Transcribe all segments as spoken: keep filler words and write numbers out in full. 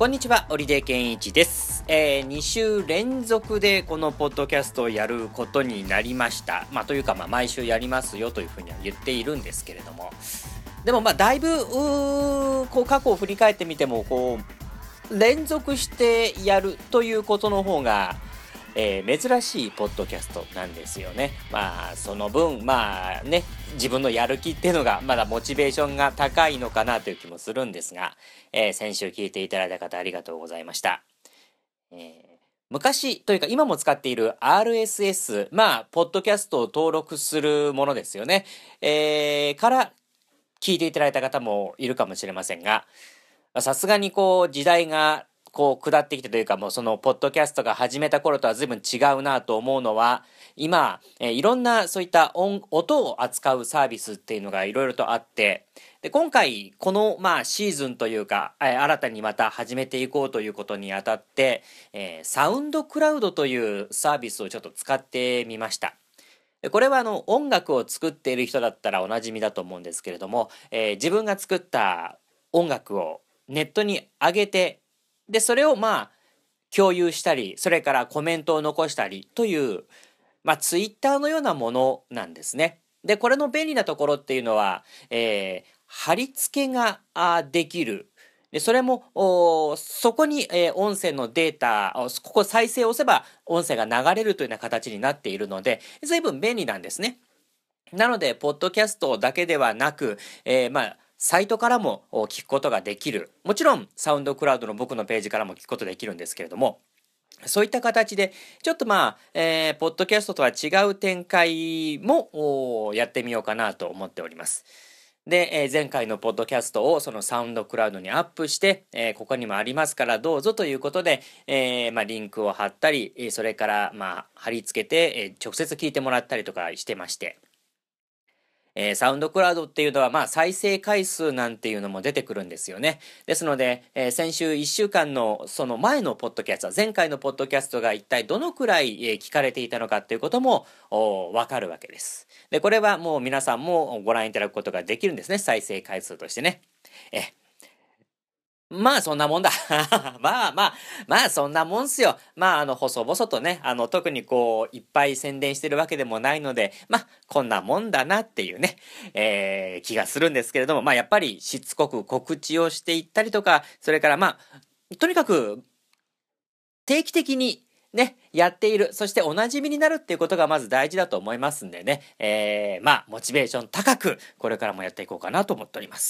こんにちは、織出健一です、えー、に週連続でこのポッドキャストをやることになりました。まあというか、まあ毎週やりますよというふうには言っているんですけれども、でもまあだいぶこう過去を振り返ってみても、こう連続してやるということの方がえー、珍しいポッドキャストなんですよね。まあその分まあね、自分のやる気っていうのがまだモチベーションが高いのかなという気もするんですが、えー、先週聞いていただいた方ありがとうございました。えー、昔というか今も使っている アールエスエス、まあポッドキャストを登録するものですよね、えー、から聞いていただいた方もいるかもしれませんが、さすがにこう時代がこう下ってきてというか、もうそのポッドキャストが始めた頃とは随分違うなと思うのは、今、えー、いろんなそういった音、音を扱うサービスっていうのがいろいろとあって、で今回このまあシーズンというか、えー、新たにまた始めていこうということにあたって、えー、サウンドクラウドというサービスをちょっと使ってみました。これはあの音楽を作っている人だったらおなじみだと思うんですけれども、えー、自分が作った音楽をネットに上げて、でそれをまあ共有したり、それからコメントを残したりという、まあツイッターのようなものなんですね。でこれの便利なところっていうのは、えー、貼り付けができる。でそれもそこに、えー、音声のデータ、ここ再生を押せば音声が流れるというような形になっているので、随分便利なんですね。なのでポッドキャストだけではなく、えー、まあサイトからも聞くことができる。もちろんサウンドクラウドの僕のページからも聞くことできるんですけれども、そういった形でちょっとまあ、えー、ポッドキャストとは違う展開もやってみようかなと思っております。で、えー、前回のポッドキャストをそのサウンドクラウドにアップして、えー、ここにもありますからどうぞということで、えーまあ、リンクを貼ったり、それからまあ貼り付けて、えー、直接聞いてもらったりとかしてまして、えー、サウンドクラウドっていうのはまあ再生回数なんていうのも出てくるんですよね。ですので、えー、先週いっしゅうかんのその前のポッドキャスト、前回のポッドキャストが一体どのくらい、えー、聞かれていたのかっていうこともわかるわけです。で、これはもう皆さんもご覧いただくことができるんですね。再生回数としてね。えまあそんなもんだ。まあまあ、まあそんなもんすよ。まああの細々とね、あの特にこういっぱい宣伝してるわけでもないので、まあこんなもんだなっていうね、えー、気がするんですけれども、まあやっぱりしつこく告知をしていったりとか、それからまあ、とにかく定期的にね、やっている、そしておなじみになるっていうことがまず大事だと思いますんでね、えー、まあモチベーション高くこれからもやっていこうかなと思っております。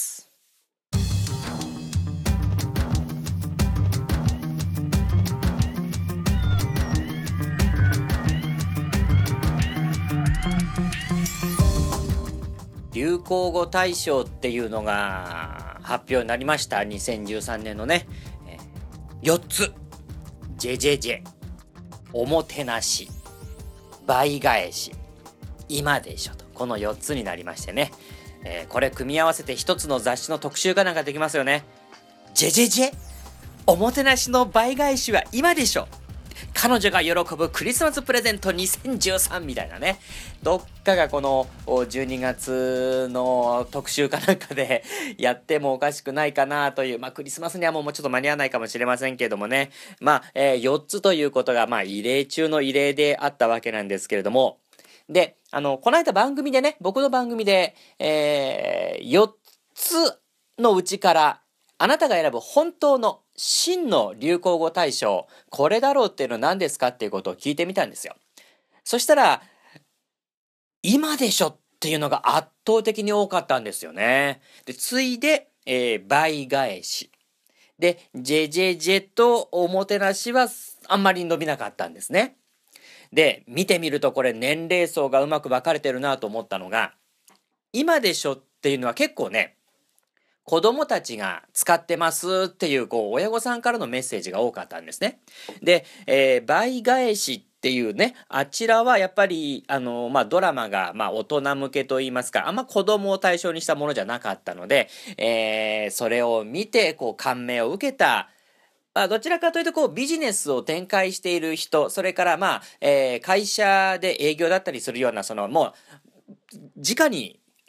流行語大賞っていうのが発表になりました。にせんじゅうさんねんのね、えー、よっつ。ジェジェジェ、おもてなし、倍返し、今でしょと、このよっつになりましてね、えー、これ組み合わせて一つの雑誌の特集かなんかできますよね。ジェジェジェ、おもてなしの倍返しは今でしょ、彼女が喜ぶクリスマスプレゼントにせんじゅうさんみたいなね、どっかがこのじゅうにがつの特集かなんかでやってもおかしくないかなという、まあクリスマスにはもうちょっと間に合わないかもしれませんけれどもね、まあ、えー、よっつということがまあ異例中の異例であったわけなんですけれども、で、あの、この間番組でね、僕の番組で、えー、よっつのうちからあなたが選ぶ本当の真の流行語大賞、これだろうっていうのは何ですかっていうことを聞いてみたんですよ。そしたら、今でしょっていうのが圧倒的に多かったんですよね。で、ついで、えー、倍返し。で、ジェジェジェとおもてなしはあんまり伸びなかったんですね。で、見てみるとこれ年齢層がうまく分かれてるなと思ったのが、今でしょっていうのは結構ね、子供たちが使ってますっていう、こう、親御さんからのメッセージが多かったんですね。で、えー、倍返しっていうね、あちらはやっぱり、あの、まあ、ドラマが、まあ、大人向けと言いますか、あんま子供を対象にしたものじゃなかったので、えー、それを見て、こう、感銘を受けた、まあ、どちらかというと、こう、ビジネスを展開している人、それから、まあ、えー、会社で営業だったりするような、その、もう、直に、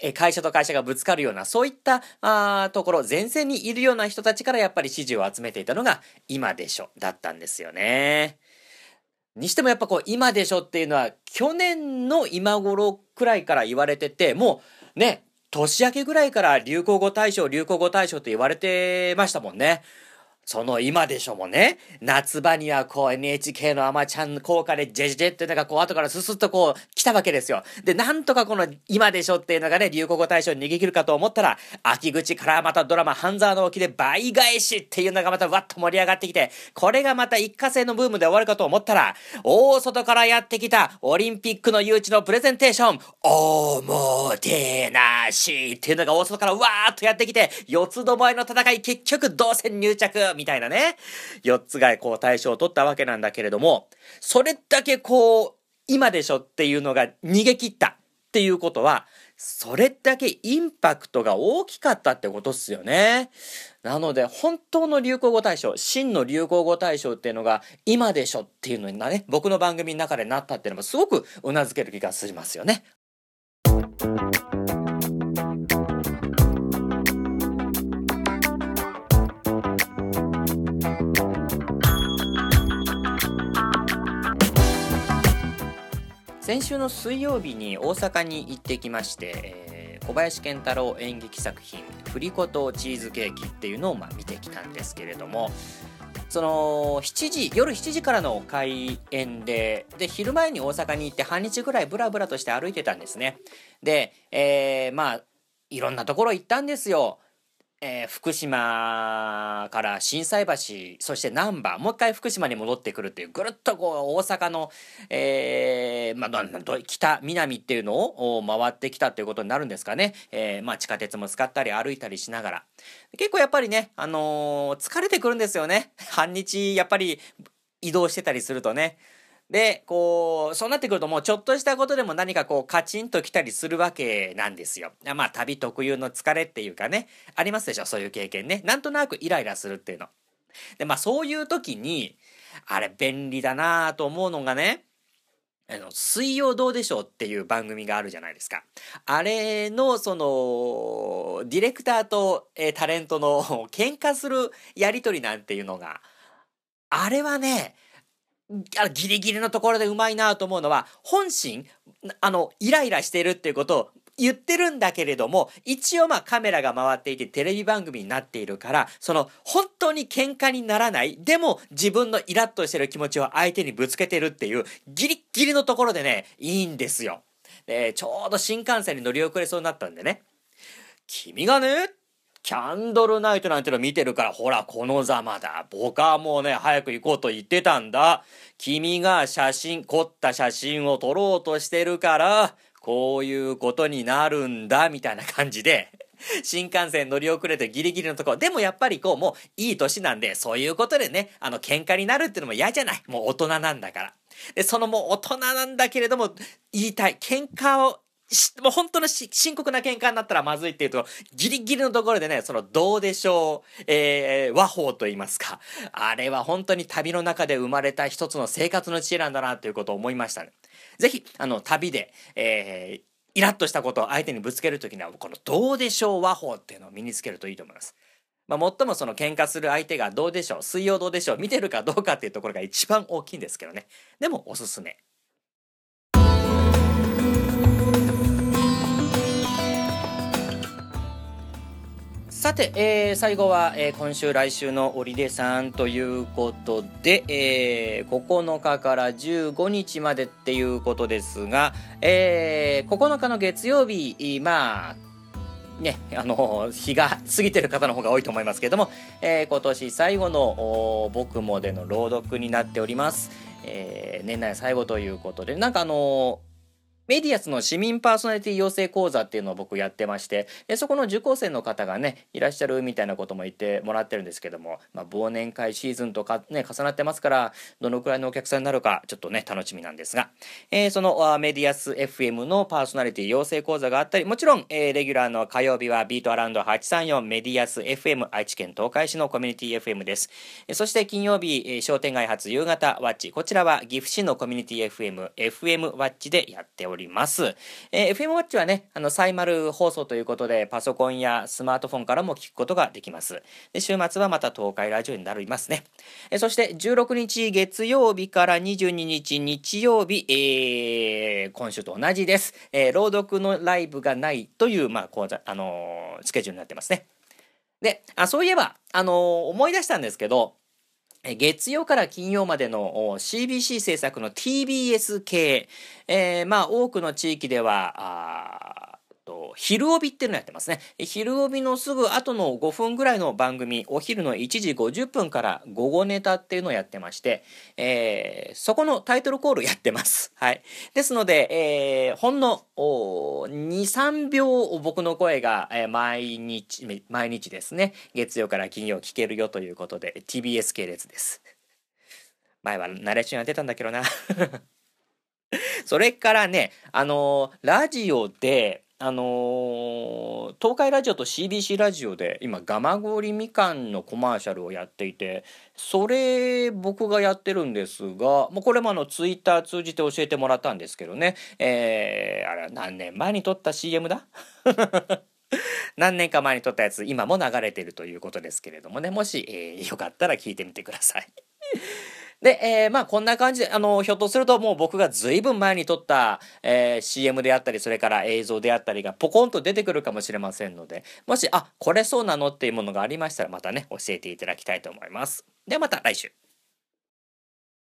会社と会社がぶつかるような、そういったあところ、前線にいるような人たちからやっぱり支持を集めていたのが今でしょだったんですよね。にしてもやっぱこう今でしょっていうのは去年の今頃くらいから言われてて、もうね、年明けぐらいから流行語大賞、流行語大賞って言われてましたもんね。その今でしょもね、夏場にはこう エヌエイチケー のアマちゃん効果でジェジェジェっていうのがこう後からススッとこう来たわけですよ。で、なんとかこの今でしょっていうのがね、流行語大賞に逃げ切るかと思ったら、秋口からまたドラマ半沢直樹で倍返しっていうのがまたわっと盛り上がってきて、これがまた一過性のブームで終わるかと思ったら、大外からやってきたオリンピックの誘致のプレゼンテーション、おもてなしっていうのが大外からわーっとやってきて、四つどもえの戦い結局同線入着みたいなね、よっつがこう大賞を取ったわけなんだけれども、それだけこう今でしょっていうのが逃げ切ったっていうことは、それだけインパクトが大きかったってことっすよね。なので本当の流行語大賞、真の流行語大賞っていうのが今でしょっていうのにね、僕の番組の中でなったっていうのもすごくうなずける気がしますよね。先週の水曜日に大阪に行ってきまして、えー、小林賢太郎演劇作品振り子とチーズケーキっていうのをまあ見てきたんですけれども、そのしちじ夜しちじからの開演でで昼前に大阪に行って半日ぐらいブラブラとして歩いてたんですね。で、えー、まあいろんなところ行ったんですよ。えー、福島から心斎橋、そして難波、もう一回福島に戻ってくるっていう、ぐるっとこう大阪の、えー、まあ、ど北南っていうのを回ってきたっていうことになるんですかね。えー、まあ地下鉄も使ったり歩いたりしながら、結構やっぱりね、あのー、疲れてくるんですよね。半日やっぱり移動してたりするとね。で、こう、そうなってくるともうちょっとしたことでも何かこうカチンと来たりするわけなんですよ。まあ旅特有の疲れっていうかね、ありますでしょ、そういう経験ね。なんとなくイライラするっていうの。で、まあそういう時に、あれ便利だなぁと思うのがね、あの、水曜どうでしょうっていう番組があるじゃないですか。あれの、その、ディレクターと、えータレントの喧嘩するやりとりなんていうのが、あれはね、あギリギリのところでうまいなと思うのは、本心、あの、イライラしてるっていうことを言ってるんだけれども、一応まあカメラが回っていてテレビ番組になっているから、その本当に喧嘩にならない、でも自分のイラッとしてる気持ちを相手にぶつけてるっていうギリッギリのところでね、いいんですよ。で、ちょうど新幹線に乗り遅れそうになったんでね、君がね、キャンドルナイトなんての見てるから、ほら、このざまだ。僕はもうね、早く行こうと言ってたんだ。君が写真、凝った写真を撮ろうとしてるから、こういうことになるんだ、みたいな感じで、新幹線乗り遅れてギリギリのところ。でもやっぱりこう、もういい年なんで、そういうことでね、あの、喧嘩になるってのも嫌じゃない。もう大人なんだから。で、そのもう大人なんだけれども、言いたい。喧嘩を、もう本当の深刻な喧嘩になったらまずいっていうと、ギリギリのところでね、そのどうでしょう、えー、和法と言いますか。あれは本当に旅の中で生まれた一つの生活の知恵なんだなということを思いましたね。ぜひ、あの、旅で、えー、イラッとしたことを相手にぶつけるときには、このどうでしょう和法っていうのを身につけるといいと思います。まあ、最もその喧嘩する相手がどうでしょう、水曜どうでしょう、見てるかどうかっていうところが一番大きいんですけどね。でもおすすめ。さて、えー、最後は、えー、今週来週の織出さんということで、えー、ここのかからじゅうごにちまでっていうことですが、えー、ここのかの月曜日、まあね、あの日が過ぎてる方の方が多いと思いますけれども、えー、今年最後の僕もでの朗読になっております。えー、年内最後ということで、なんかあのーメディアスの市民パーソナリティ養成講座っていうのを僕やってまして、でそこの受講生の方がねいらっしゃるみたいなことも言ってもらってるんですけども、まあ、忘年会シーズンとかね重なってますから、どのくらいのお客さんになるかちょっとね楽しみなんですが、えー、そのメディアス エフエム のパーソナリティ養成講座があったり、もちろん、えー、レギュラーの火曜日はビートアラウンドはちさんよんメディアス エフエム 愛知県東海市のコミュニティ エフエム です。そして金曜日、えー、商店街発夕方ワッチ、こちらは岐阜市のコミュニティ エフエム エフエム ワッチでやっております。 おります。えー、エフエム ウォッチはね、あの、サイマル放送ということで、パソコンやスマートフォンからも聞くことができます。で、週末はまた東海ラジオになりますね。えー、そしてじゅうろくにち月曜日からにじゅうににち日曜日、えー、今週と同じです。えー、朗読のライブがないという、まあ、講座、あのー、スケジュールになってますね。で、あ、そういえば、あのー、思い出したんですけど、月曜から金曜までの シービーシー 制作の ティービーエス 系、えー、まあ多くの地域では、あと昼帯っていうのやってますね。昼帯のすぐ後のごふんぐらいの番組、お昼のいちじごじゅっぷんから午後ネタっていうのをやってまして、えー、そこのタイトルコールやってます。はい。ですので、えー、ほんのに、さんびょう僕の声が、えー、毎日、毎日ですね、月曜から金曜聞けるよということで、ティービーエス 系列です。前はナレーションやってたんだけどな。それからね、あのー、ラジオで、あのー、東海ラジオと シービーシー ラジオで今ガマゴリみかんのコマーシャルをやっていて、それ僕がやってるんですが、もうこれもあのツイッター通じて教えてもらったんですけどね、えー、あれ何年前に撮った シーエム だ何年か前に撮ったやつ今も流れているということですけれどもね、もし、えー、よかったら聞いてみてください。で、えー、まあこんな感じで、あの、ひょっとするともう僕がずいぶん前に撮った、えー、シーエム であったり、それから映像であったりがポコンと出てくるかもしれませんので、もし、あ、これそうなのっていうものがありましたら、またね、教えていただきたいと思います。ではまた来週。